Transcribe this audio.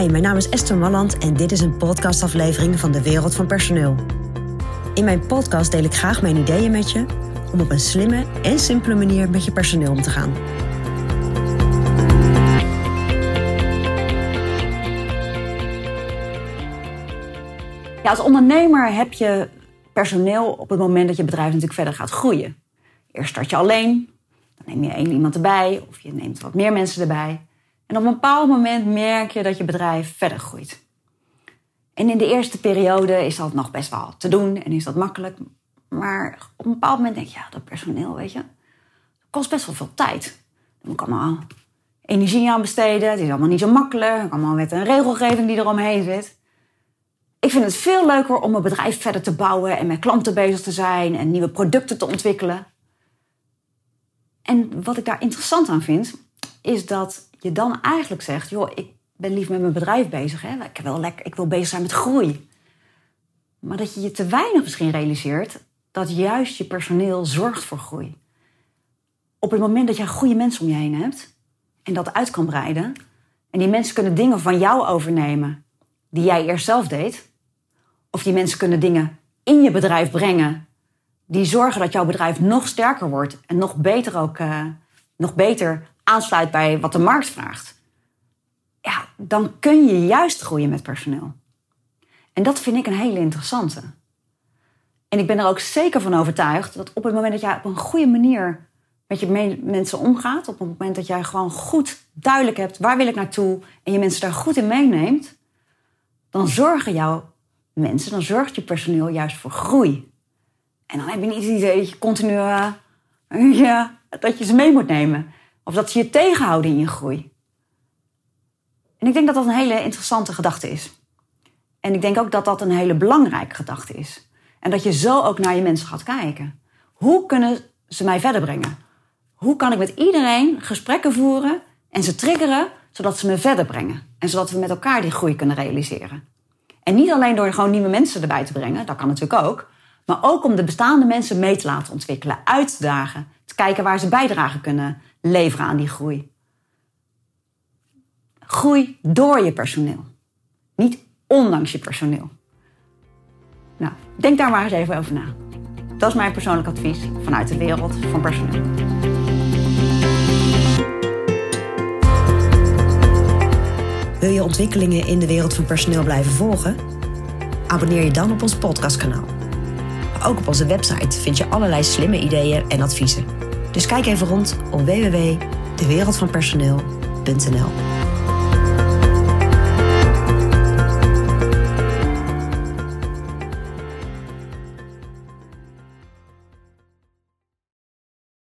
Hi, mijn naam is Esther Malland en dit is een podcastaflevering van de Wereld van Personeel. In mijn podcast deel ik graag mijn ideeën met je om op een slimme en simpele manier met je personeel om te gaan. Ja, als ondernemer heb je personeel op het moment dat je bedrijf natuurlijk verder gaat groeien. Eerst start je alleen, dan neem je 1 iemand erbij of je neemt wat meer mensen erbij. En op een bepaald moment merk je dat je bedrijf verder groeit. En in de eerste periode is dat nog best wel te doen en is dat makkelijk. Maar op een bepaald moment denk je, ja, dat personeel, weet je, dat kost best wel veel tijd. Daar moet ik allemaal energie aan besteden. Het is allemaal niet zo makkelijk. Allemaal met een regelgeving die eromheen zit. Ik vind het veel leuker om mijn bedrijf verder te bouwen en met klanten bezig te zijn en nieuwe producten te ontwikkelen. En wat ik daar interessant aan vind, is dat je dan eigenlijk zegt, joh, ik ben liever met mijn bedrijf bezig. Hè? Ik wil bezig zijn met groei. Maar dat je je te weinig misschien realiseert dat juist je personeel zorgt voor groei. Op het moment dat jij goede mensen om je heen hebt en dat uit kan breiden en die mensen kunnen dingen van jou overnemen die jij eerst zelf deed, of die mensen kunnen dingen in je bedrijf brengen die zorgen dat jouw bedrijf nog sterker wordt en nog beter aansluit bij wat de markt vraagt. Ja, dan kun je juist groeien met personeel. En dat vind ik een hele interessante. En ik ben er ook zeker van overtuigd dat op het moment dat jij op een goede manier met je mensen omgaat, op het moment dat jij gewoon goed duidelijk hebt waar wil ik naartoe en je mensen daar goed in meeneemt, dan zorgen jouw mensen, dan zorgt je personeel juist voor groei. En dan heb je niet het idee dat je continu dat je ze mee moet nemen. Of dat ze je tegenhouden in je groei. En ik denk dat dat een hele interessante gedachte is. En ik denk ook dat dat een hele belangrijke gedachte is. En dat je zo ook naar je mensen gaat kijken. Hoe kunnen ze mij verder brengen? Hoe kan ik met iedereen gesprekken voeren en ze triggeren, zodat ze me verder brengen? En zodat we met elkaar die groei kunnen realiseren. En niet alleen door gewoon nieuwe mensen erbij te brengen, dat kan natuurlijk ook. Maar ook om de bestaande mensen mee te laten ontwikkelen, uit te dagen. Te kijken waar ze bijdrage kunnen leveren aan die groei. Groei door je personeel. Niet ondanks je personeel. Nou, denk daar maar eens even over na. Dat is mijn persoonlijk advies vanuit de wereld van personeel. Wil je ontwikkelingen in de wereld van personeel blijven volgen? Abonneer je dan op ons podcastkanaal. Ook op onze website vind je allerlei slimme ideeën en adviezen. Dus kijk even rond op www.dewereldvanpersoneel.nl.